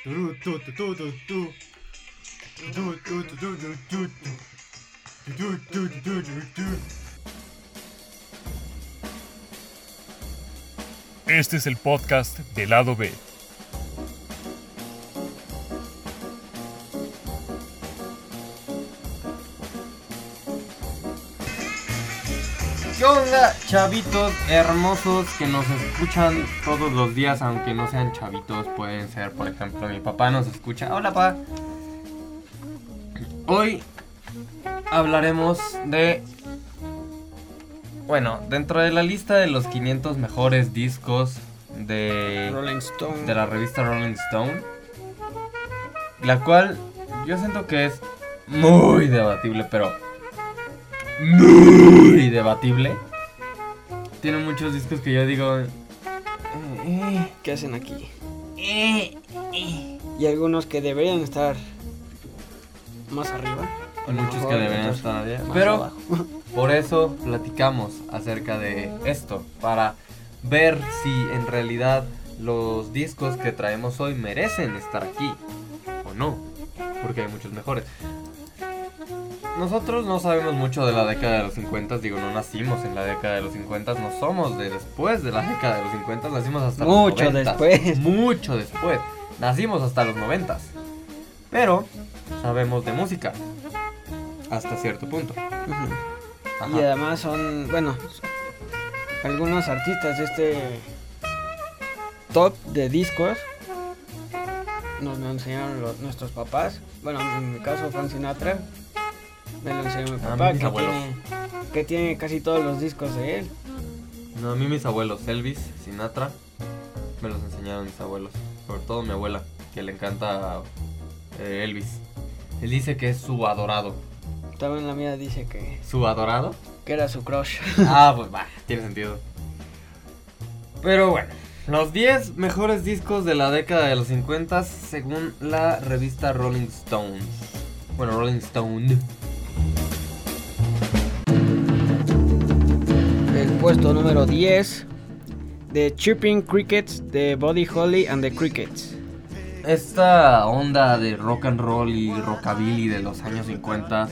Este es el podcast del lado B. ¿Qué onda, chavitos hermosos que nos escuchan todos los días? Aunque no sean chavitos, pueden ser, por ejemplo, mi papá nos escucha. Hola, papá. Hoy hablaremos de... Bueno, dentro de la lista de los 500 mejores discos de Rolling Stone, de la revista Rolling Stone, la cual yo siento que es muy debatible, pero muy debatible. Tiene muchos discos que yo digo, ¿qué hacen aquí? Y algunos que deberían estar más arriba. hay muchos que deberían estar allá, más pero abajo. por eso platicamos acerca de esto, para ver si en realidad los discos que traemos hoy merecen estar aquí o no, porque hay muchos mejores. Nosotros no sabemos mucho de la década de los 50, digo, no nacimos en la década de los 50, no somos de después de la década de los 50, nacimos hasta Mucho los 90. después. Mucho después, nacimos hasta los 90, pero sabemos de música, hasta cierto punto. Ujú. Ajá. Y además son, bueno, algunos artistas de este top de discos nos lo enseñaron nuestros papás. Bueno, en mi caso Frank Sinatra me lo enseñó mi papá, mis abuelos. que tiene casi todos los discos de él. No, a mí mis abuelos, Elvis, Sinatra, me los enseñaron mis abuelos. Sobre todo mi abuela, que le encanta Elvis. Él dice que es su adorado. También la mía dice ¿Su adorado? que era su crush. Ah, pues va, tiene sentido. Pero bueno, los 10 mejores discos de la década de los 50 según la revista Rolling Stone. Bueno, Rolling Stone. El puesto número 10 de Chirping Crickets de Buddy Holly and the Crickets. Esta onda de rock and roll y rockabilly de los años 50.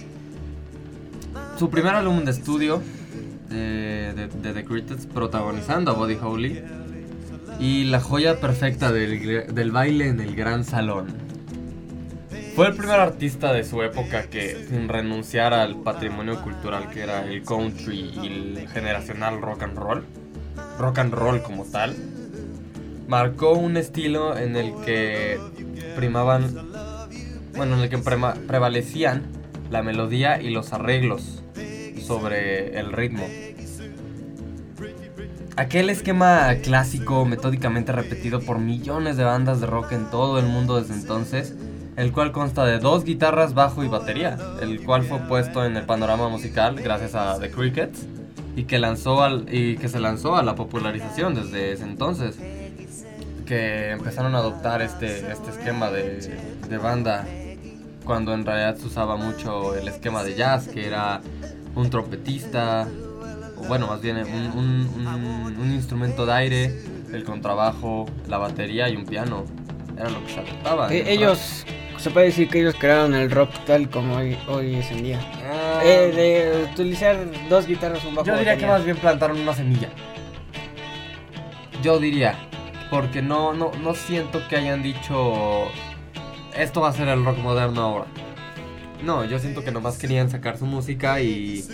Su primer álbum de estudio de The Crickets, protagonizando a Buddy Holly. Y la joya perfecta del baile en el gran salón. Fue el primer artista de su época que, sin renunciar al patrimonio cultural que era el country y el generacional rock and roll como tal, marcó un estilo en el que prevalecían la melodía y los arreglos sobre el ritmo. Aquel esquema clásico metódicamente repetido por millones de bandas de rock en todo el mundo desde entonces, el cual consta de 2 guitarras, bajo y batería, el cual fue puesto en el panorama musical gracias a The Crickets y que se lanzó a la popularización desde ese entonces, que empezaron a adoptar este esquema de banda, cuando en realidad se usaba mucho el esquema de jazz, que era un trompetista, o bueno, más bien un instrumento de aire, el contrabajo, la batería y un piano. Era lo que se adoptaba. Ellos, se puede decir que ellos crearon el rock tal como hoy es en día. De utilizar 2 guitarras, un bajo. Yo diría batería. que más bien plantaron una semilla. Yo diría, porque no siento que hayan dicho esto va a ser el rock moderno ahora. No, yo siento que nomás querían sacar su música y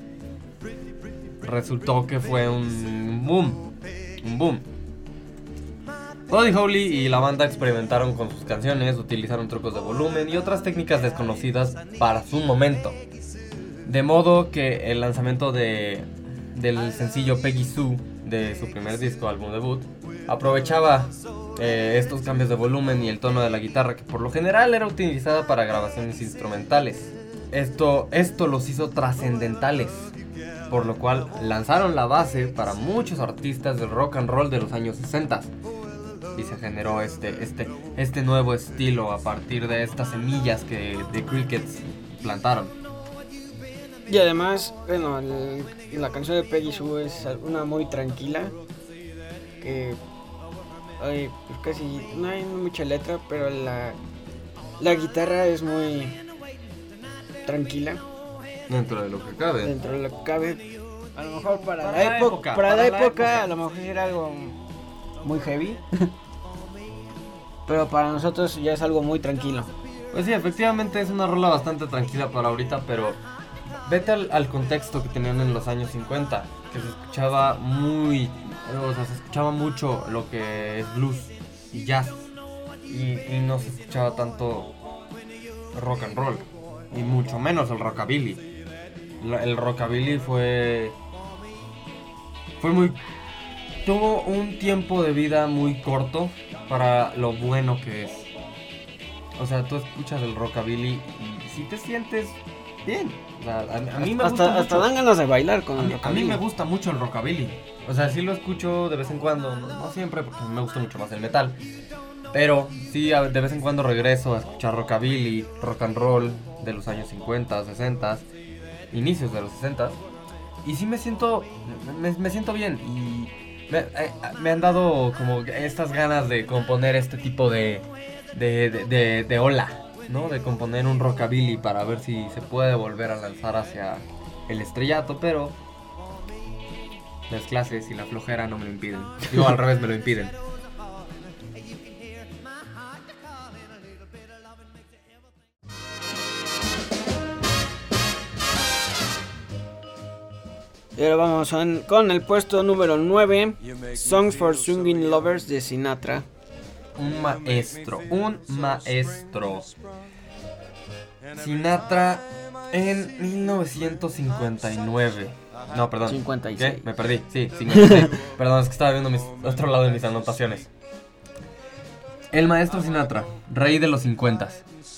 resultó que fue un boom. Buddy Holly y la banda experimentaron con sus canciones, utilizaron trucos de volumen y otras técnicas desconocidas para su momento. De modo que el lanzamiento del sencillo Peggy Sue de su primer disco, álbum debut, aprovechaba estos cambios de volumen y el tono de la guitarra, que por lo general era utilizada para grabaciones instrumentales. Esto los hizo trascendentales, por lo cual lanzaron la base para muchos artistas del rock and roll de los años 60. Y se generó este nuevo estilo a partir de estas semillas que The Crickets plantaron. Y además, bueno, la canción de Peggy Sue es una muy tranquila, que pues casi no hay mucha letra, pero la guitarra es muy tranquila. Dentro de lo que cabe. Dentro de lo que cabe. A lo mejor para la la época, época, a lo mejor era algo muy heavy. Pero para nosotros ya es algo muy tranquilo. Pues sí, efectivamente es una rola bastante tranquila para ahorita, pero vete al contexto que tenían en los años 50, que se escuchaba se escuchaba mucho lo que es blues y jazz, y no se escuchaba tanto rock and roll, y mucho menos el rockabilly. El rockabilly tuvo un tiempo de vida muy corto para lo bueno que es. O sea, tú escuchas el rockabilly y si te sientes bien. O sea, a mí me gusta hasta dan ganas de bailar con el rockabilly. A mí me gusta mucho el rockabilly. O sea, sí lo escucho de vez en cuando, no siempre, porque me gusta mucho más el metal. Pero sí, de vez en cuando regreso a escuchar rockabilly, rock and roll de los años 50, 60, inicios de los 60. Y sí me siento bien. Y me han dado como estas ganas de componer este tipo de ola, ¿no? De componer un rockabilly para ver si se puede volver a lanzar hacia el estrellato, pero las clases y la flojera no me lo impiden. Digo, al revés, me lo impiden. Y ahora vamos con el puesto número 9, Songs for Swinging Lovers de Sinatra. Un maestro. Sinatra en 1959. No, perdón. 56. ¿Qué? Me perdí. Sí, 56. Perdón, es que estaba viendo otro lado de mis anotaciones. El maestro Sinatra, rey de los 50.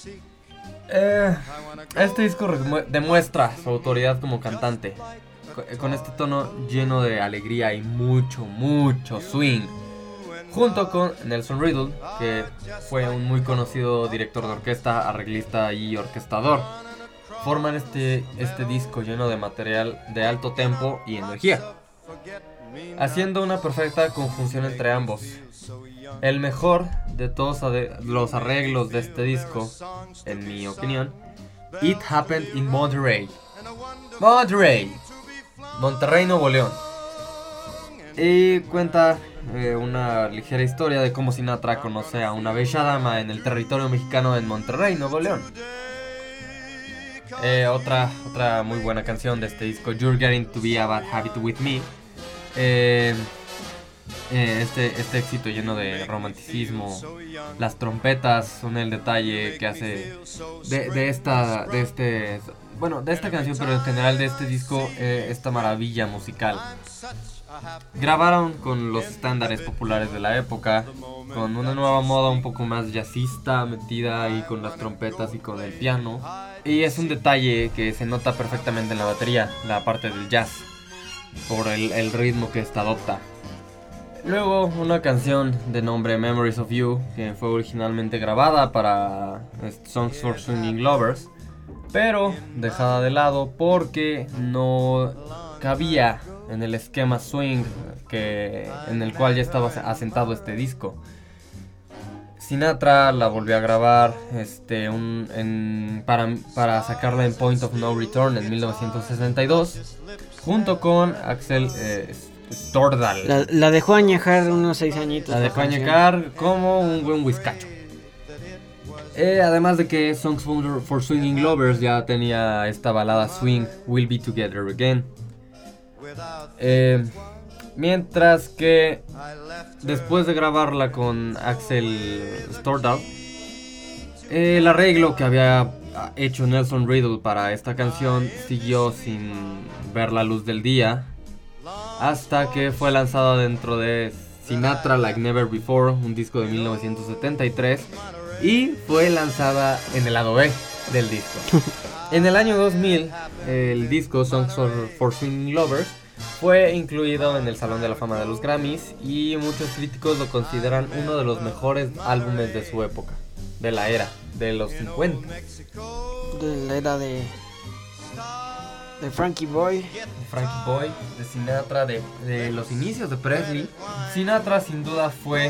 Este disco demuestra su autoridad como cantante, con este tono lleno de alegría y mucho swing. Junto con Nelson Riddle, que fue un muy conocido director de orquesta, arreglista y orquestador, forman este disco lleno de material de alto tempo y energía, haciendo una perfecta conjunción entre ambos. El mejor de todos los arreglos de este disco, en mi opinión, It Happened in Monterrey, Nuevo León. Y cuenta una ligera historia de cómo Sinatra conoce a una bella dama en el territorio mexicano en Monterrey, Nuevo León. Otra muy buena canción de este disco, You're Getting to Be a Bad Habit With Me. Este éxito lleno de romanticismo. Las trompetas son el detalle que hace de esta canción, pero en general de este disco, esta maravilla musical. Grabaron con los estándares populares de la época, con una nueva moda un poco más jazzista metida ahí con las trompetas y con el piano. Y es un detalle que se nota perfectamente en la batería, la parte del jazz, por el ritmo que esta adopta. Luego una canción de nombre Memories of You, que fue originalmente grabada para Songs for Swinging Lovers, pero dejada de lado porque no cabía en el esquema swing en el cual ya estaba asentado este disco. Sinatra la volvió a grabar para sacarla en Point of No Return en 1962, junto con Axel Stordahl. La dejó añejar unos 6 añitos. La dejó añejar como un buen whiskacho. Además de que Songs for Swinging Lovers ya tenía esta balada swing, We'll Be Together Again. Mientras que después de grabarla con Axel Stordahl, el arreglo que había hecho Nelson Riddle para esta canción siguió sin ver la luz del día, hasta que fue lanzada dentro de Sinatra Like Never Before, un disco de 1973, y fue lanzada en el lado B del disco. En el año 2000, el disco Songs for Swinging Lovers fue incluido en el Salón de la Fama de los Grammys, y muchos críticos lo consideran uno de los mejores álbumes de su época, de la era de los 50. De la era de de Frankie Boy. De Sinatra, de los inicios de Presley. Sinatra sin duda fue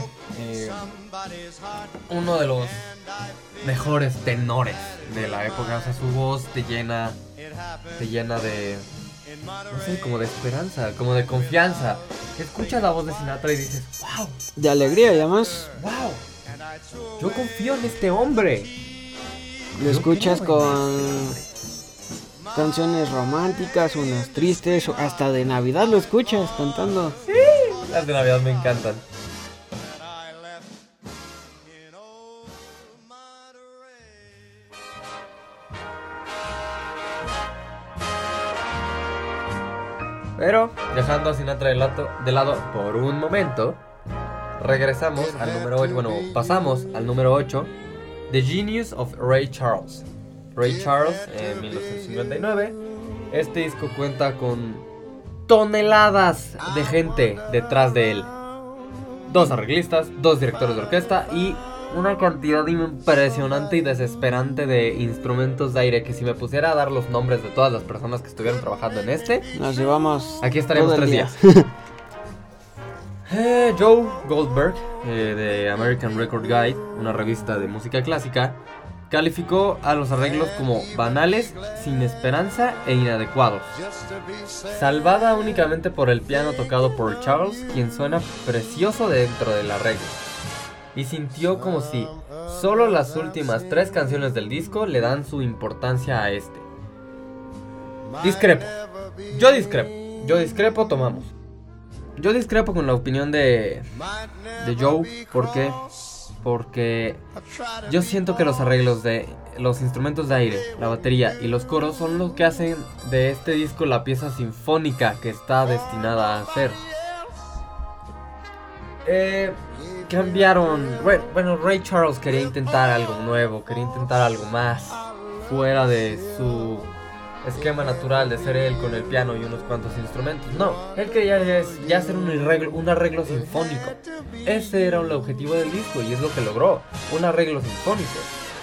uno de los mejores tenores de la época. O sea, su voz te llena de, no sé, como de esperanza, como de confianza. Escuchas la voz de Sinatra y dices, wow. De alegría y además, Wow. Yo confío en este hombre. lo escuchas con canciones románticas, unas tristes, hasta de Navidad lo escuchas cantando. Las de Navidad me encantan. Pero, dejando a Sinatra de lado por un momento, regresamos al número 8, pasamos al número 8, The Genius of Ray Charles. Ray Charles, en 1959, este disco cuenta con toneladas de gente detrás de él. 2 arreglistas, 2 directores de orquesta y una cantidad impresionante y desesperante de instrumentos de aire que si me pusiera a dar los nombres de todas las personas que estuvieron trabajando en Nos llevamos aquí estaremos todo el 3 día. días. Joe Goldberg, de American Record Guide, una revista de música clásica, calificó a los arreglos como banales, sin esperanza e inadecuados. Salvada únicamente por el piano tocado por Charles, quien suena precioso dentro del arreglo. Y sintió como si solo las últimas 3 canciones del disco le dan su importancia a este. Discrepo. Yo discrepo, tomamos. Yo discrepo con la opinión de Joe. ¿Por qué? Porque yo siento que los arreglos de los instrumentos de aire, la batería y los coros son lo que hacen de este disco la pieza sinfónica que está destinada a ser. Cambiaron. Bueno, Ray Charles quería intentar algo nuevo, quería intentar algo más fuera de su esquema natural de ser él con el piano y unos cuantos instrumentos. No, él quería ya hacer un arreglo sinfónico. Ese era el objetivo del disco y es lo que logró, un arreglo sinfónico.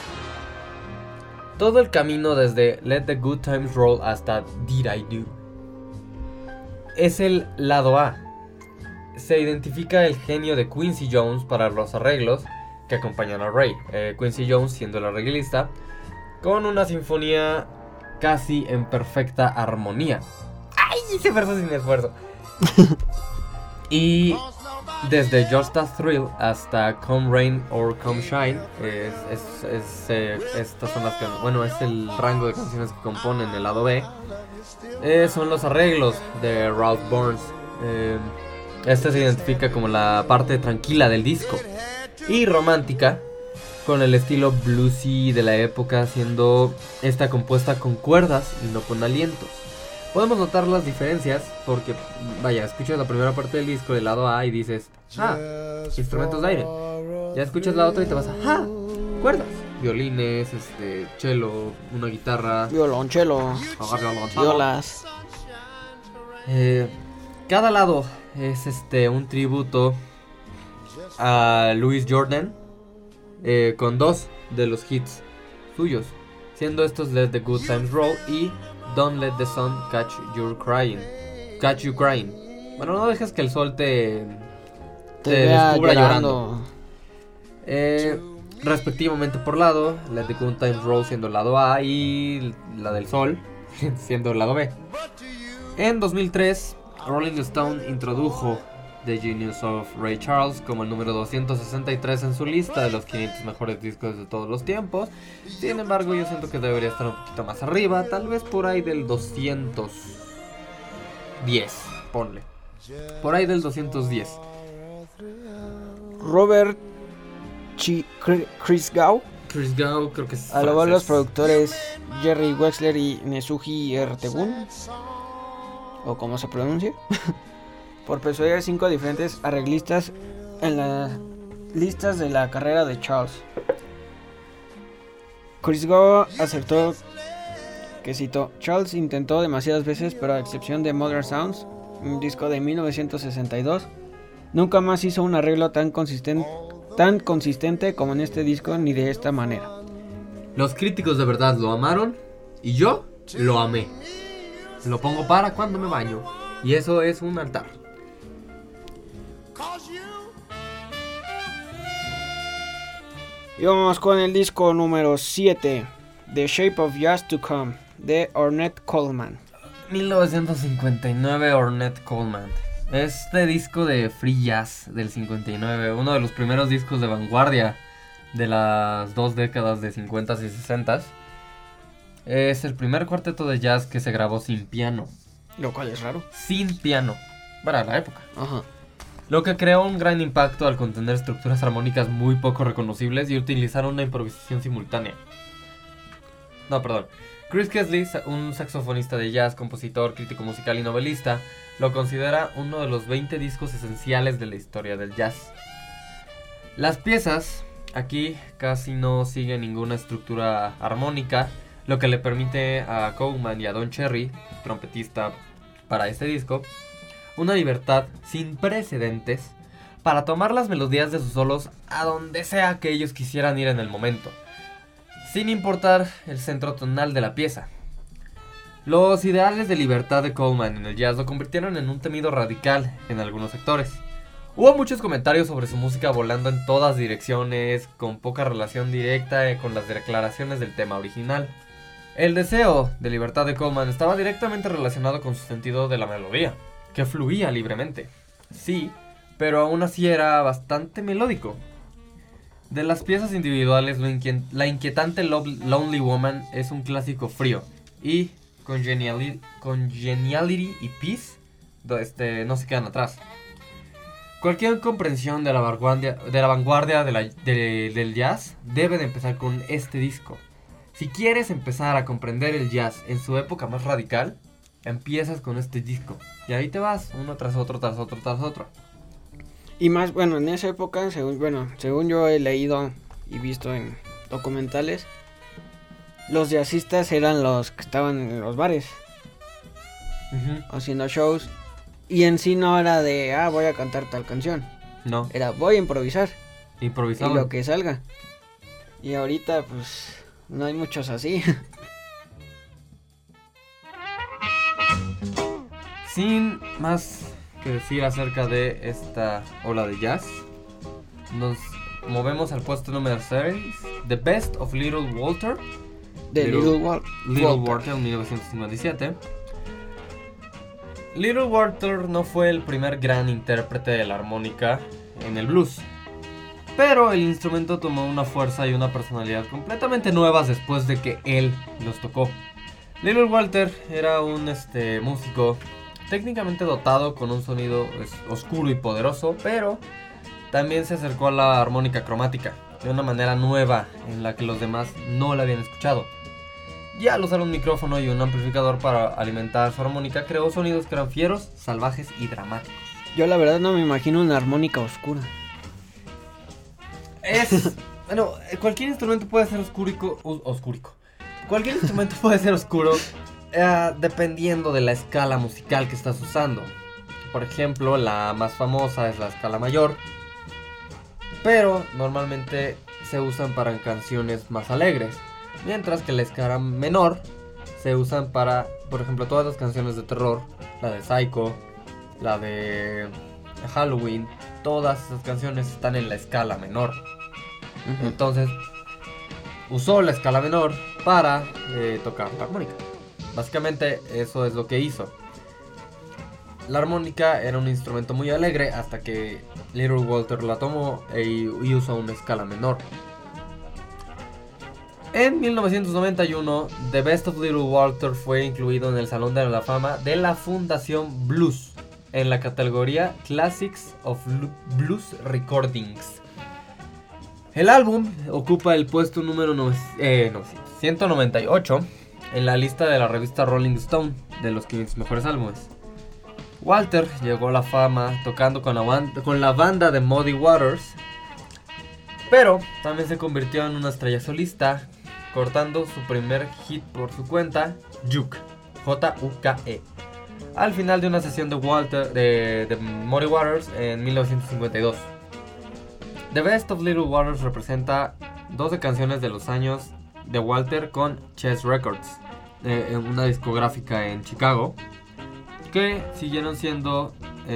Todo el camino desde Let the Good Times Roll hasta Did I Do es el lado A. Se identifica el genio de Quincy Jones para los arreglos que acompañan a Ray. Quincy Jones siendo el arreglista, con una sinfonía casi en perfecta armonía. ¡Ay! Ese verso sin esfuerzo. Y desde Just a Thrill hasta Come Rain or Come Shine, estas son las es el rango de canciones que componen el lado B. Son los arreglos de Ralph Burns. Este se identifica como la parte tranquila del disco y romántica, con el estilo bluesy de la época, siendo esta compuesta con cuerdas y no con alientos. Podemos notar las diferencias porque, escuchas la primera parte del disco del lado A y dices, instrumentos de aire. Ya escuchas la otra y te vas a, cuerdas. Violines, cello, una guitarra, violonchelo, violas. Cada lado es un tributo a Louis Jordan, con 2 de los hits suyos, siendo estos Let the Good Times Roll y Don't Let the Sun Catch You Crying. Bueno, no dejes que el sol te descubra llorando. Respectivamente por lado, Let the Good Times Roll siendo el lado A y la del sol siendo el lado B. En 2003, Rolling Stone introdujo The Genius of Ray Charles como el número 263 en su lista de los 500 mejores discos de todos los tiempos. Sin embargo, yo siento que debería estar un poquito más arriba, tal vez por ahí del 210, ponle. Por ahí del 210. Robert Christgau creo que es alabó a los productores Jerry Wexler y Nesuhi Ertegun, o como se pronuncia, por persuadir a 5 diferentes arreglistas en las listas de la carrera de Charles. Christgau acertó que, citó, Charles intentó demasiadas veces, pero a excepción de Modern Sounds, un disco de 1962, nunca más hizo un arreglo tan consistente como en este disco, ni de esta manera. Los críticos de verdad lo amaron y yo lo amé. Lo pongo para cuando me baño. Y eso es un altar. Y vamos con el disco número 7, The Shape of Jazz to Come, de Ornette Coleman. 1959, Ornette Coleman. Este disco de free jazz del 59, uno de los primeros discos de vanguardia de las dos décadas de 50s y 60s. Es el primer cuarteto de jazz que se grabó sin piano. Lo cual es raro. Sin piano, para la época. Ajá. Lo que creó un gran impacto al contener estructuras armónicas muy poco reconocibles y utilizar una improvisación simultánea. Chris Kesley, un saxofonista de jazz, compositor, crítico musical y novelista, lo considera uno de los 20 discos esenciales de la historia del jazz. Las piezas aquí casi no siguen ninguna estructura armónica, lo que le permite a Coleman y a Don Cherry, trompetista para este disco, una libertad sin precedentes para tomar las melodías de sus solos a donde sea que ellos quisieran ir en el momento, sin importar el centro tonal de la pieza. Los ideales de libertad de Coleman en el jazz lo convirtieron en un temido radical en algunos sectores. Hubo muchos comentarios sobre su música volando en todas direcciones, con poca relación directa con las declaraciones del tema original. El deseo de libertad de Coleman estaba directamente relacionado con su sentido de la melodía, que fluía libremente. Sí, pero aún así era bastante melódico. De las piezas individuales, la inquietante Lonely Woman es un clásico frío, y Congeniality y Peace no se quedan atrás. Cualquier comprensión de la vanguardia del jazz debe de empezar con este disco. Si quieres empezar a comprender el jazz en su época más radical, empiezas con este disco. Y ahí te vas, uno tras otro, tras otro, tras otro. Y más, bueno, en esa época, según yo he leído y visto en documentales, los jazzistas eran los que estaban en los bares, haciendo shows. Y en sí no era de, voy a cantar tal canción. No. Era, voy a improvisar. Improvisado. Y lo que salga. Y ahorita, pues, no hay muchos así. Sin más que decir acerca de esta ola de jazz, nos movemos al puesto número 6, The Best of Little Walter. De Little Walter, en 1957. Little Walter no fue el primer gran intérprete de la armónica en el blues, pero el instrumento tomó una fuerza y una personalidad completamente nuevas después de que él los tocó. Little Walter era un músico técnicamente dotado con un sonido oscuro y poderoso, pero también se acercó a la armónica cromática de una manera nueva en la que los demás no la habían escuchado. Y al usar un micrófono y un amplificador para alimentar su armónica, creó sonidos que eran fieros, salvajes y dramáticos. Yo la verdad no me imagino una armónica oscura. Bueno, cualquier instrumento puede ser oscúrico. Cualquier instrumento puede ser oscuro dependiendo de la escala musical que estás usando. Por ejemplo, la más famosa es la escala mayor, pero normalmente se usan para canciones más alegres. Mientras que la escala menor se usan para, por ejemplo, todas las canciones de terror, la de Psycho, la de Halloween, todas esas canciones están en la escala menor. Entonces, usó la escala menor para tocar la armónica. Básicamente eso es lo que hizo. La armónica era un instrumento muy alegre hasta que Little Walter la tomó y usó una escala menor. En 1991, The Best of Little Walter fue incluido en el Salón de la Fama de la Fundación Blues en la categoría Classics of Blues Recordings. El álbum ocupa el puesto número 198 en la lista de la revista Rolling Stone de los 500 mejores álbumes. Walter llegó a la fama tocando con la banda de Muddy Waters, pero también se convirtió en una estrella solista, cortando su primer hit por su cuenta, Juke, J-U-K-E, al final de una sesión de Muddy Waters en 1952. The Best of Little Waters representa 12 canciones de los años de Walter con Chess Records una discográfica en Chicago, que siguieron siendo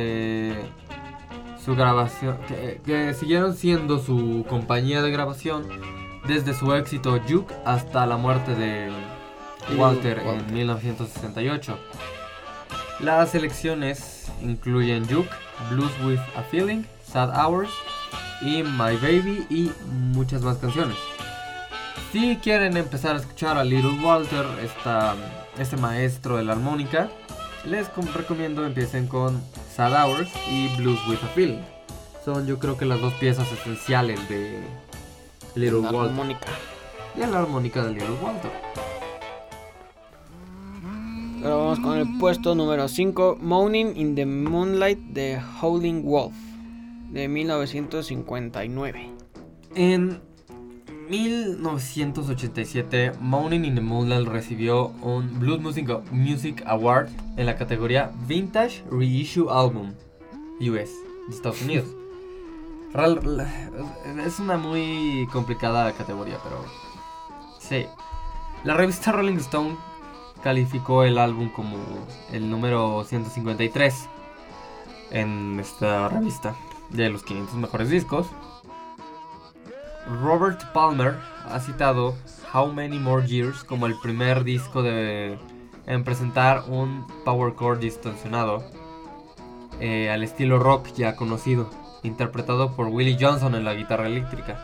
su grabación, que siguieron siendo su compañía de grabación desde su éxito Juke hasta la muerte de Walter en 1968. Las selecciones incluyen Juke, Blues with a Feeling, Sad Hours y My Baby y muchas más canciones. Si quieren empezar a escuchar a Little Walter, este maestro de la armónica, les recomiendo empiecen con Sad Hours y Blues with a Feeling. Son, yo creo, que las dos piezas esenciales de Little Walter. Armónica. Y la armónica de Little Walter. Ahora vamos con el puesto número 5, Moaning in the Moonlight de Howlin' Wolf, de 1959. En 1987, Moaning in the Moonlight recibió un Blues Music Award en la categoría Vintage Reissue Album US de Estados Unidos. Es una muy complicada categoría, pero sí. La revista Rolling Stone calificó el álbum como el número 153 en esta revista de los 500 mejores discos. Robert Palmer ha citado How Many More Years como el primer disco en presentar un power chord distorsionado al estilo rock ya conocido, interpretado por Willie Johnson en la guitarra eléctrica.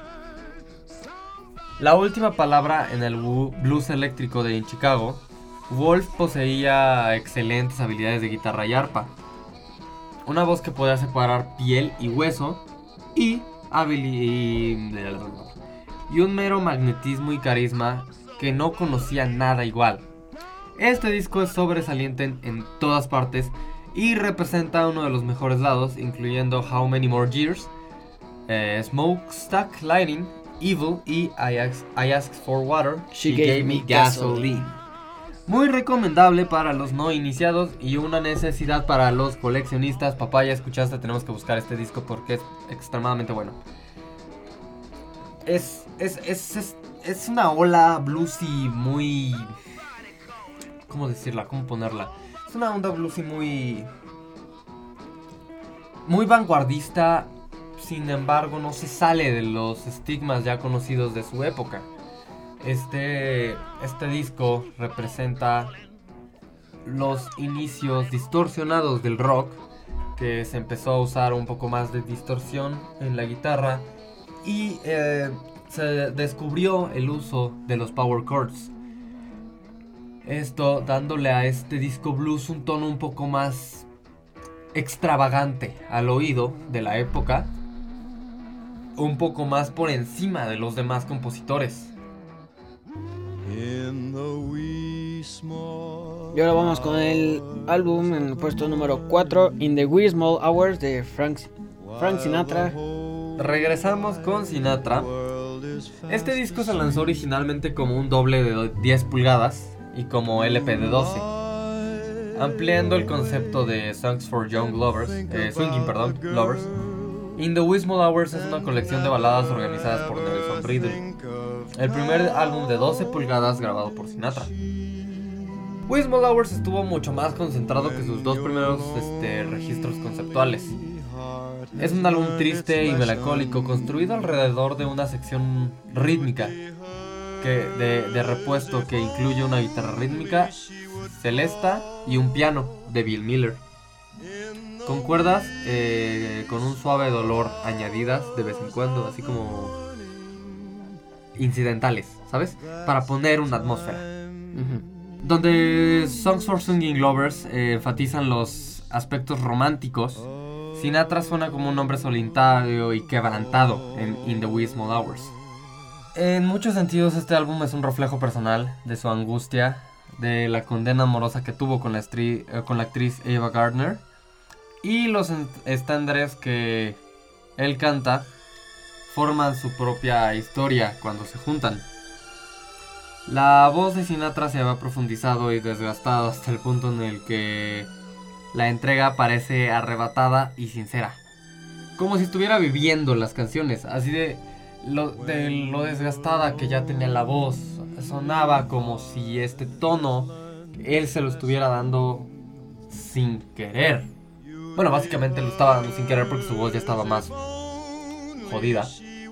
La última palabra en el blues eléctrico de Chicago, Wolf poseía excelentes habilidades de guitarra y arpa, una voz que podía separar piel y hueso y un mero magnetismo y carisma que no conocía nada igual. Este disco es sobresaliente en todas partes y representa uno de los mejores lados, incluyendo How Many More Years, Smokestack Lightning, Evil y I Asked for Water, She Gave Me Gasoline. Muy recomendable para los no iniciados y una necesidad para los coleccionistas. Papá, ya escuchaste, tenemos que buscar este disco porque es extremadamente bueno. Es una ola bluesy muy... ¿Cómo decirla? ¿Cómo ponerla? Es una onda bluesy muy vanguardista. Sin embargo, no se sale de los estigmas ya conocidos de su época. Este disco representa los inicios distorsionados del rock, que se empezó a usar un poco más de distorsión en la guitarra y se descubrió el uso de los power chords. Esto dándole a este disco blues un tono un poco más extravagante al oído de la época, un poco más por encima de los demás compositores. Y ahora vamos con el álbum en el puesto número 4, In the Wee Small Hours de Frank Sinatra. Regresamos con Sinatra. Este disco se lanzó originalmente como un doble de 10 pulgadas y como LP de 12, ampliando el concepto de Songs for Young Lovers, Lovers. In the Wee Small Hours es una colección de baladas organizadas por Nelson Riddle, el primer álbum de 12 pulgadas grabado por Sinatra. Wee Small Hours estuvo mucho más concentrado que sus dos primeros registros conceptuales. Es un álbum triste y melancólico, construido alrededor de una sección rítmica de repuesto que incluye una guitarra rítmica, celesta y un piano de Bill Miller, con cuerdas con un suave dolor añadidas de vez en cuando, así como incidentales, ¿sabes? Para poner una atmósfera. Donde Songs for Singing Lovers enfatizan los aspectos románticos, Sinatra suena como un hombre solitario y quebrantado en In the Wee Small Hours. En muchos sentidos este álbum es un reflejo personal de su angustia, de la condena amorosa que tuvo con la actriz Ava Gardner, y los estándares que él canta forman su propia historia cuando se juntan. La voz de Sinatra se había profundizado y desgastado hasta el punto en el que la entrega parece arrebatada y sincera, como si estuviera viviendo las canciones, así de lo desgastada que ya tenía la voz sonaba como si este tono él se lo estuviera dando sin querer. Bueno, básicamente lo estaba dando sin querer porque su voz ya estaba más jodida.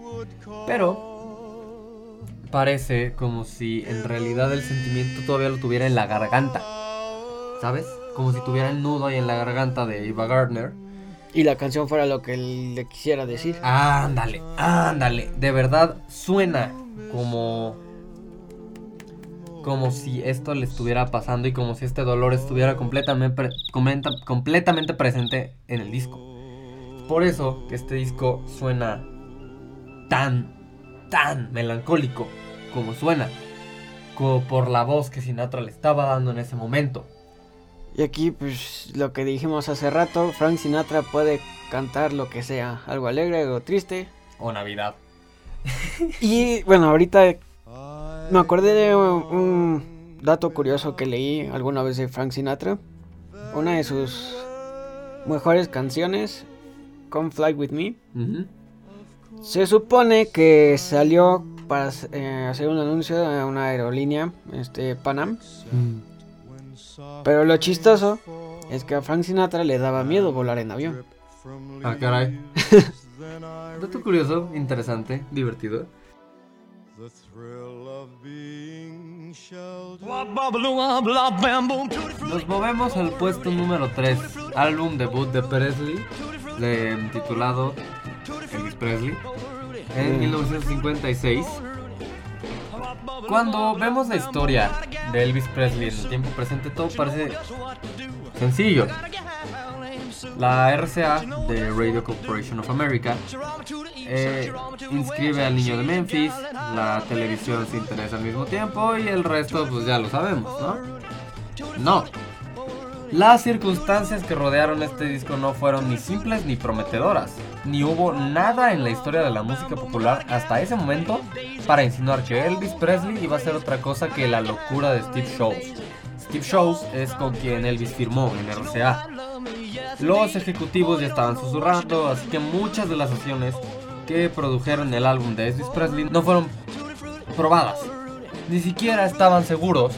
Pero parece como si en realidad el sentimiento todavía lo tuviera en la garganta, ¿sabes? Como si tuviera el nudo ahí en la garganta de Ava Gardner. Y la canción fuera lo que él le quisiera decir. Ándale. De verdad suena como si esto le estuviera pasando y como si este dolor estuviera completamente presente en el disco. Por eso que este disco suena tan melancólico como suena, como por la voz que Sinatra le estaba dando en ese momento. Y aquí, pues, lo que dijimos hace rato, Frank Sinatra puede cantar lo que sea, algo alegre, algo triste. O Navidad. Y, bueno, ahorita me acordé de un dato curioso que leí alguna vez de Frank Sinatra. Una de sus mejores canciones, Come Fly With Me. Uh-huh. Se supone que salió para hacer un anuncio de una aerolínea, Pan Am. Pero lo chistoso es que a Frank Sinatra le daba miedo volar en avión. Ah, caray. Dato curioso, interesante, divertido. Nos movemos al puesto número 3, álbum debut de Presley, titulado Elvis Presley, en 1956. Cuando vemos la historia de Elvis Presley en el tiempo presente, todo parece sencillo. La RCA de Radio Corporation of America inscribe al niño de Memphis, la televisión se interesa al mismo tiempo y el resto pues ya lo sabemos, ¿no? No. Las circunstancias que rodearon este disco no fueron ni simples ni prometedoras, ni hubo nada en la historia de la música popular hasta ese momento para insinuar que Elvis Presley iba a ser otra cosa que la locura de Steve Sholes. Steve Sholes es con quien Elvis firmó en RCA. Los ejecutivos ya estaban susurrando, así que muchas de las acciones que produjeron el álbum de Elvis Presley no fueron probadas. Ni siquiera estaban seguros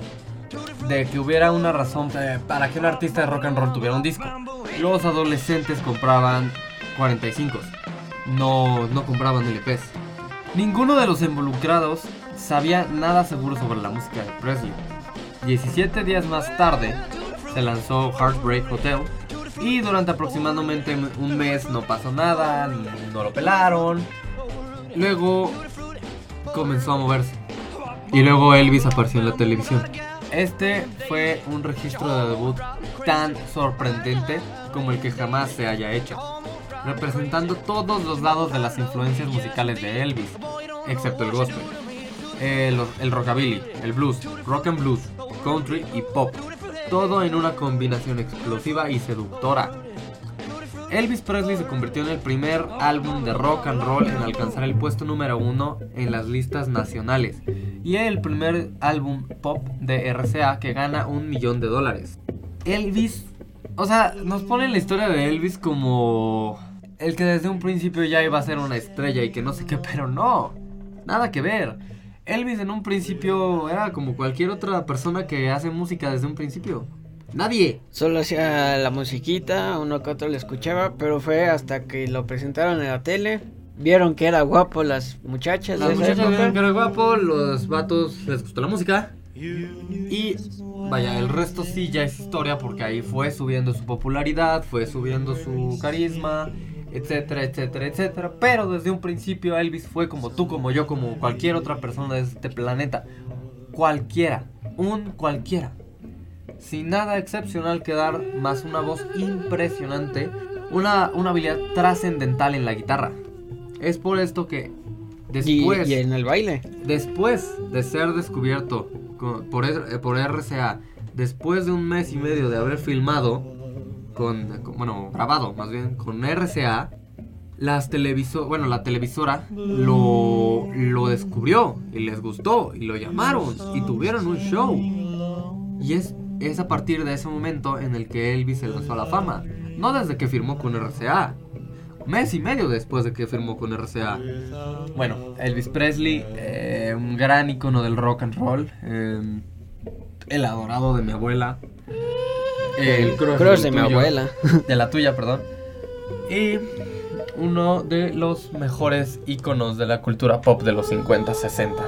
de que hubiera una razón para que un artista de rock and roll tuviera un disco. Los adolescentes compraban 45, no compraban LPs. Ninguno de los involucrados sabía nada seguro sobre la música de Presley. 17 días más tarde se lanzó Heartbreak Hotel y durante aproximadamente un mes no pasó nada, no lo pelaron. Luego comenzó a moverse y luego Elvis apareció en la televisión. Este fue un registro de debut tan sorprendente como el que jamás se haya hecho, representando todos los lados de las influencias musicales de Elvis, excepto el gospel, el rockabilly, el blues, rock and blues, country y pop, todo en una combinación explosiva y seductora. Elvis Presley se convirtió en el primer álbum de rock and roll en alcanzar el puesto número 1 en las listas nacionales y el primer álbum pop de RCA que gana $1 millón. Elvis, o sea, nos pone la historia de Elvis como el que desde un principio ya iba a ser una estrella y que no sé qué, pero no, nada que ver. Elvis en un principio era como cualquier otra persona que hace música desde un principio. Nadie. Solo hacía la musiquita, uno que otro le escuchaba, pero fue hasta que lo presentaron en la tele, vieron que era guapo las muchachas. Las muchachas vieron que era guapo, los vatos les gustó la música. Y vaya, el resto sí ya es historia porque ahí fue subiendo su popularidad, fue subiendo su carisma, etcétera, etcétera, etcétera. Pero desde un principio Elvis fue como tú, como yo, como cualquier otra persona de este planeta. Cualquiera, un cualquiera. Sin nada excepcional que dar, más una voz impresionante, una habilidad trascendental en la guitarra. Es por esto que después y en el baile, después de ser descubierto por RCA, después de un mes y medio de haber filmado grabado más bien con RCA, la televisora lo descubrió y les gustó y lo llamaron y tuvieron un show. Y es a partir de ese momento en el que Elvis se lanzó a la fama, no desde que firmó con RCA. mes y medio después de que firmó con RCA. Bueno, Elvis Presley, un gran icono del rock and roll, el adorado de mi abuela, el crush de mi abuela, de la tuya, perdón, y uno de los mejores iconos de la cultura pop de los 50, 60.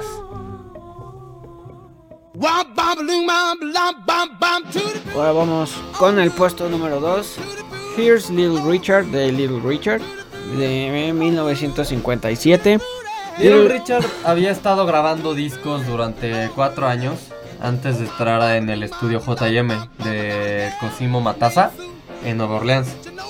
Ahora vamos con el puesto número 2. Here's Little Richard, de Little Richard, de 1957. Little Richard había estado grabando discos durante 4 años antes de entrar en el estudio J&M de Cosimo Matassa en Nueva Orleans.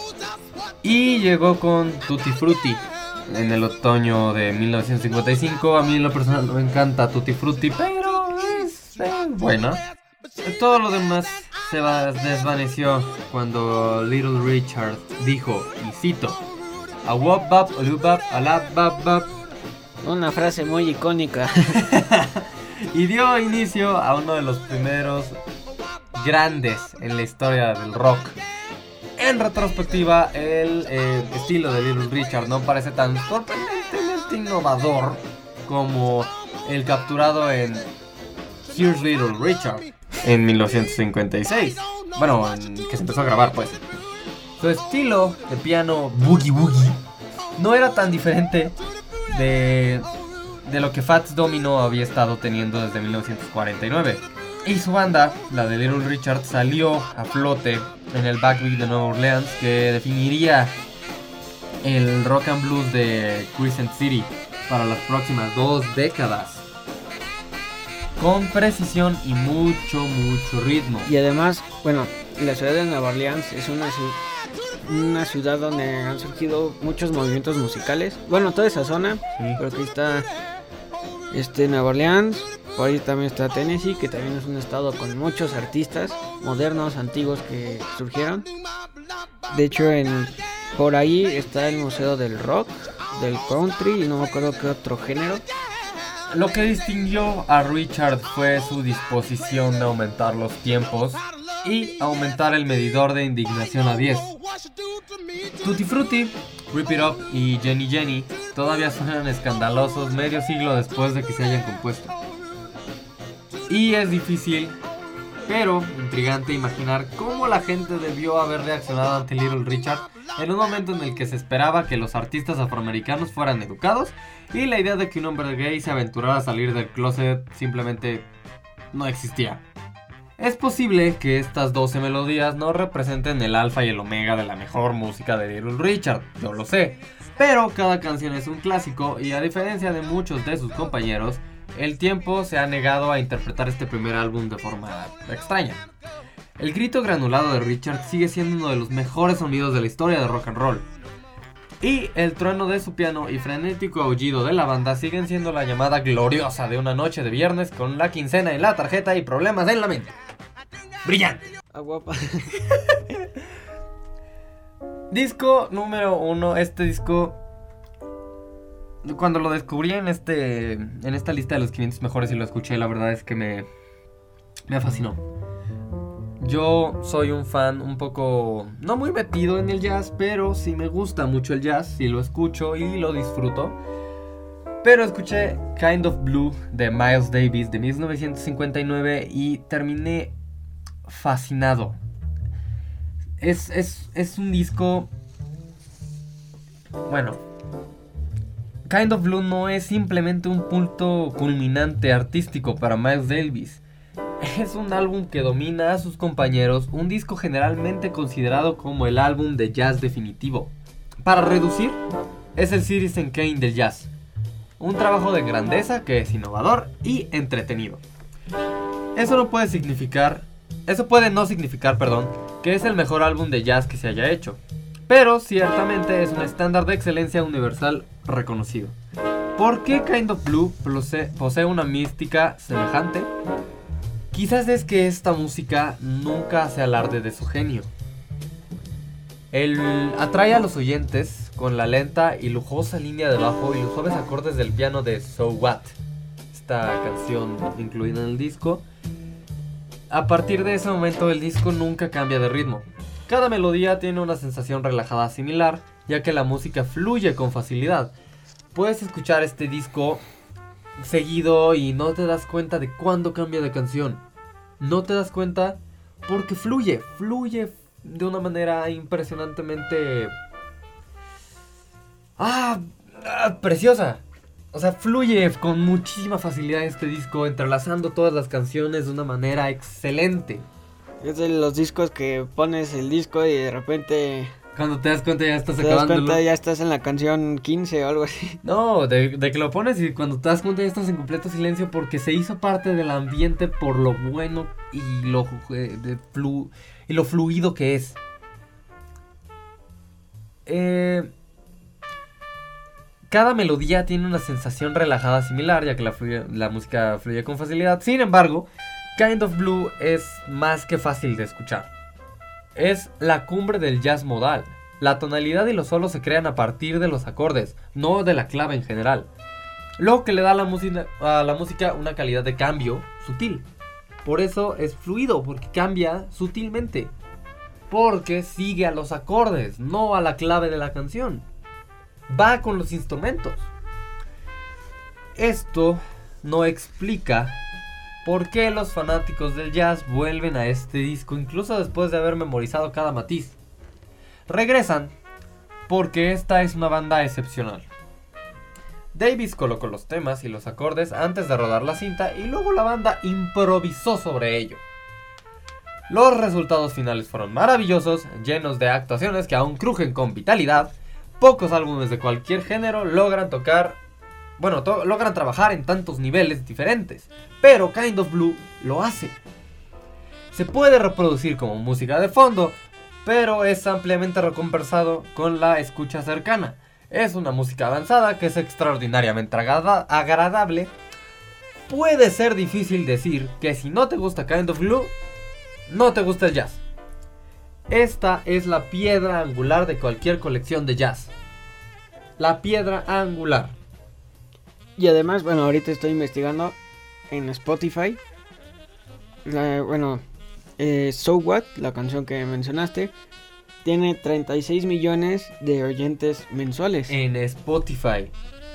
Y llegó con Tutti Frutti en el otoño de 1955. A mí en lo personal no me encanta Tutti Frutti, pero es buena. Todo lo demás se desvaneció cuando Little Richard dijo, y cito, a wop bap, a lu bap, a la bap bap. Una frase muy icónica. Y dio inicio a uno de los primeros grandes en la historia del rock. En retrospectiva, el estilo de Little Richard no parece tan sorprendentemente innovador como el capturado en Here's Little Richard en 1956. Bueno, que se empezó a grabar, pues. Su estilo de piano boogie woogie no era tan diferente de lo que Fats Domino había estado teniendo desde 1949. Y su banda, la de Little Richard, salió a flote en el backbeat de Nueva Orleans, que definiría el rock and blues de Crescent City para las próximas 2 décadas. Con precisión y mucho ritmo. Y además, bueno, la ciudad de Nueva Orleans es una ciudad donde han surgido muchos movimientos musicales. Bueno, toda esa zona, sí. Pero aquí está Nueva Orleans. Por ahí también está Tennessee, que también es un estado con muchos artistas modernos, antiguos que surgieron. De hecho, por ahí está el Museo del Rock, del Country y no me acuerdo qué otro género. Lo que distinguió a Richard fue su disposición de aumentar los tiempos y aumentar el medidor de indignación a 10. Tutti Frutti, Rip It Up y Jenny Jenny todavía suenan escandalosos medio siglo después de que se hayan compuesto. Y es difícil, pero intrigante imaginar cómo la gente debió haber reaccionado ante Little Richard en un momento en el que se esperaba que los artistas afroamericanos fueran educados y la idea de que un hombre gay se aventurara a salir del closet simplemente no existía. Es posible que estas 12 melodías no representen el alfa y el omega de la mejor música de Little Richard, yo lo sé, pero cada canción es un clásico y a diferencia de muchos de sus compañeros, el tiempo se ha negado a interpretar este primer álbum de forma extraña. El grito granulado de Richard sigue siendo uno de los mejores sonidos de la historia de rock and roll. Y el trueno de su piano y frenético aullido de la banda siguen siendo la llamada gloriosa de una noche de viernes con la quincena en la tarjeta y problemas en la mente. ¡Brillante! Guapa. Disco número 1. Este disco, cuando lo descubrí en esta lista de los 500 mejores y lo escuché, la verdad es que me fascinó. Yo soy un fan un poco, no muy metido en el jazz, pero sí me gusta mucho el jazz, sí lo escucho y lo disfruto. Pero escuché Kind of Blue de Miles Davis de 1959 y terminé fascinado. Es un disco, bueno, Kind of Blue no es simplemente un punto culminante artístico para Miles Davis. Es un álbum que domina a sus compañeros, un disco generalmente considerado como el álbum de jazz definitivo. Para reducir, es el Citizen Kane del jazz. Un trabajo de grandeza que es innovador y entretenido. Eso puede no significar, que es el mejor álbum de jazz que se haya hecho. Pero ciertamente es un estándar de excelencia universal reconocido. ¿Por qué Kind of Blue posee una mística semejante? Quizás es que esta música nunca hace alarde de su genio. Él atrae a los oyentes con la lenta y lujosa línea de bajo y los suaves acordes del piano de So What, esta canción incluida en el disco. A partir de ese momento el disco nunca cambia de ritmo. Cada melodía tiene una sensación relajada similar ya que la música fluye con facilidad. Puedes escuchar este disco seguido y no te das cuenta de cuándo cambia de canción. No te das cuenta porque fluye de una manera impresionantemente preciosa. O sea, fluye con muchísima facilidad este disco, entrelazando todas las canciones de una manera excelente. Es de los discos que pones el disco y de repente... Cuando te das cuenta ya estás Te das acabándolo. cuenta, ya estás en la canción 15 o algo así. No, de que lo pones y cuando te das cuenta ya estás en completo silencio porque se hizo parte del ambiente por lo bueno y lo fluido que es. Cada melodía tiene una sensación relajada similar, ya que la música fluye con facilidad. Sin embargo, Kind of Blue es más que fácil de escuchar. Es la cumbre del jazz modal. La tonalidad y los solos se crean a partir de los acordes, no de la clave en general. Lo que le da a la música una calidad de cambio sutil. Por eso es fluido, porque cambia sutilmente. Porque sigue a los acordes, no a la clave de la canción. Va con los instrumentos. Esto no explica por qué los fanáticos del jazz vuelven a este disco incluso después de haber memorizado cada matiz. Regresan porque esta es una banda excepcional. Davis colocó los temas y los acordes antes de rodar la cinta y luego la banda improvisó sobre ello. Los resultados finales fueron maravillosos, llenos de actuaciones que aún crujen con vitalidad. Pocos álbumes de cualquier género logran trabajar en tantos niveles diferentes, pero Kind of Blue lo hace. Se puede reproducir como música de fondo, pero es ampliamente recompensado con la escucha cercana. Es una música avanzada que es extraordinariamente agradable. Puede ser difícil decir que si no te gusta Kind of Blue, no te gusta el jazz. Esta es la piedra angular de cualquier colección de jazz. La piedra angular. Y además, bueno, ahorita estoy investigando en Spotify. So What, la canción que mencionaste, tiene 36 millones de oyentes mensuales. En Spotify.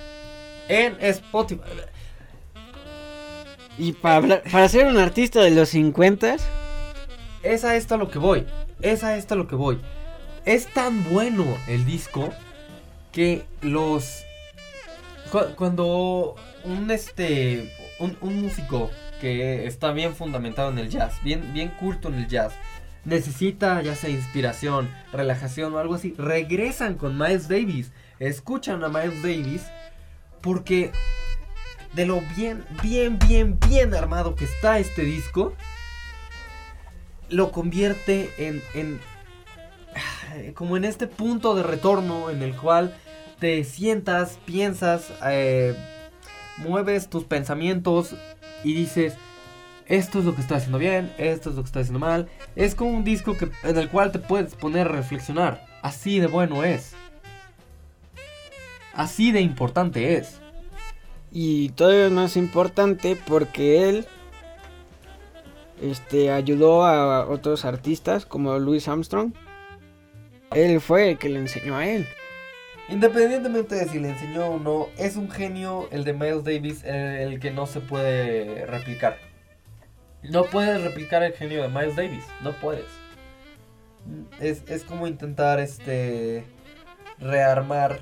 Y para ser un artista de los 50s... Es a esto a lo que voy. Es tan bueno el disco que cuando un músico que está bien fundamentado en el jazz, bien culto en el jazz, necesita ya sea inspiración, relajación o algo así, regresan con Miles Davis, escuchan a Miles Davis porque de lo bien armado que está este disco, lo convierte en como en este punto de retorno en el cual te sientas, piensas, mueves tus pensamientos y dices, esto es lo que estoy haciendo bien, esto es lo que estoy haciendo mal. Es como un disco en el cual te puedes poner a reflexionar. Así de bueno es. Así de importante es. Y todavía es más importante porque él ayudó a otros artistas como Louis Armstrong. Él fue el que le enseñó a él. Independientemente de si le enseñó o no, es un genio el de Miles Davis, el que no se puede replicar. No puedes replicar el genio de Miles Davis, no puedes. Es como intentar rearmar,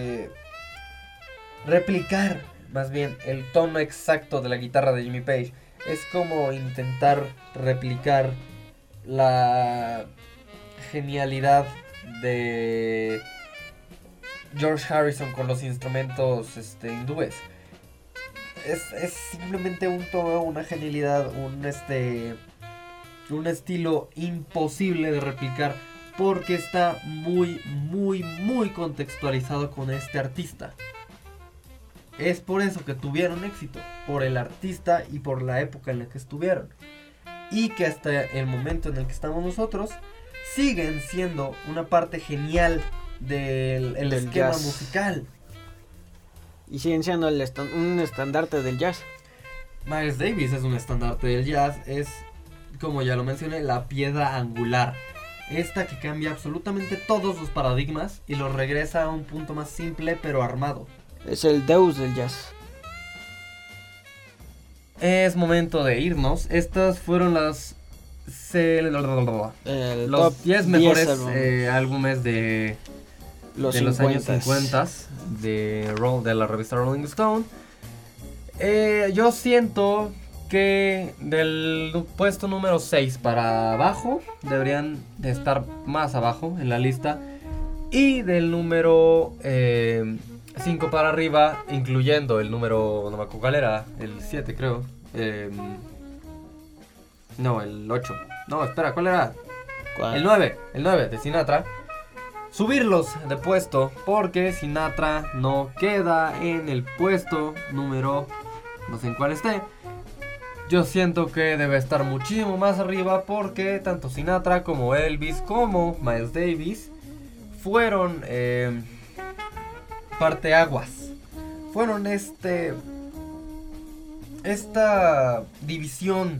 replicar más bien el tono exacto de la guitarra de Jimmy Page. Es como intentar replicar la genialidad de George Harrison con los instrumentos hindúes. Es simplemente un tono, una genialidad, un estilo imposible de replicar porque está muy contextualizado con este artista. Es por eso que tuvieron éxito, por el artista y por la época en la que estuvieron. Y que hasta el momento en el que estamos nosotros siguen siendo una parte genial del esquema jazz musical. Y siguen siendo un estandarte del jazz. Miles Davis es un estandarte del jazz, es, como ya lo mencioné, la piedra angular. Esta que cambia absolutamente todos los paradigmas y los regresa a un punto más simple pero armado. Es el Deus del jazz. Es momento de irnos. Estas fueron los top 10 mejores álbumes. álbumes de Los los años 50. 50 de la revista Rolling Stone. Yo siento que del puesto número 6 para abajo deberían de estar más abajo en la lista. Y del número 5 para arriba, incluyendo el número, no me acuerdo cuál era, el 7 creo. No, el 8. No, espera, ¿cuál era? ¿Cuál? El 9 de Sinatra. Subirlos de puesto porque Sinatra no queda en el puesto número, no sé en cuál esté. Yo siento que debe estar muchísimo más arriba porque tanto Sinatra como Elvis como Miles Davis fueron parteaguas. Fueron esta división,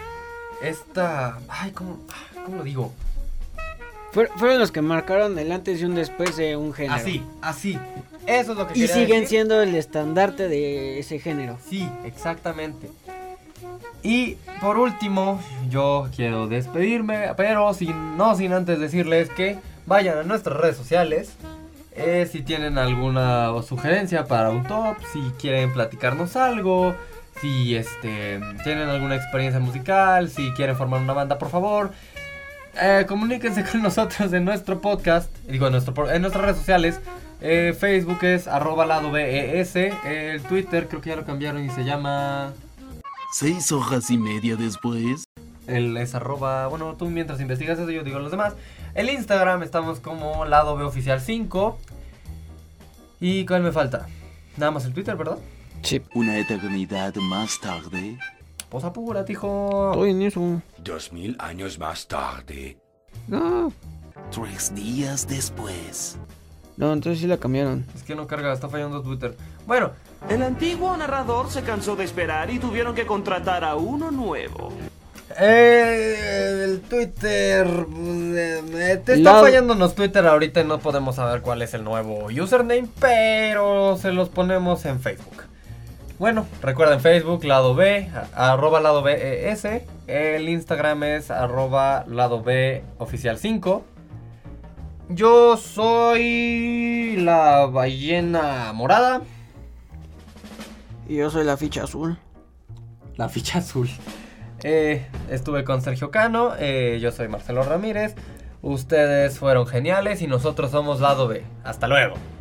ay, ¿cómo lo digo? Fueron los que marcaron el antes y un después de un género. Así. Eso es lo que Y quería siguen decir. siendo el estandarte de ese género. Sí, exactamente. Y por último, yo quiero despedirme, pero sin antes decirles que vayan a nuestras redes sociales. Si tienen alguna sugerencia para un top, si quieren platicarnos algo, si tienen alguna experiencia musical, si quieren formar una banda, por favor, comuníquense con nosotros en nuestro podcast, en nuestras redes sociales. Facebook es @ladobes, el Twitter creo que ya lo cambiaron y se llama 6 horas y media después. es bueno, tú mientras investigas eso yo digo los demás. El Instagram estamos como ladobeoficial 5. ¿Y cuál me falta? Nada más el Twitter, ¿verdad? Sí. Una eternidad más tarde. Pues apúrate, hijo. Estoy en eso. 2000 años más tarde. No. 3 días después. No, entonces sí la cambiaron. Es que no carga, está fallando Twitter. Bueno, El antiguo narrador se cansó de esperar y tuvieron que contratar a uno nuevo. el Twitter te está fallándonos Twitter ahorita y no podemos saber cuál es el nuevo username, pero se los ponemos en Facebook. Bueno, recuerden Facebook, lado B, @ladobes. El Instagram es @ladobeoficial 5. Yo soy la ballena morada. Y yo soy la ficha azul. La ficha azul. Estuve con Sergio Cano, yo soy Marcelo Ramírez. Ustedes fueron geniales y nosotros somos Lado B. Hasta luego.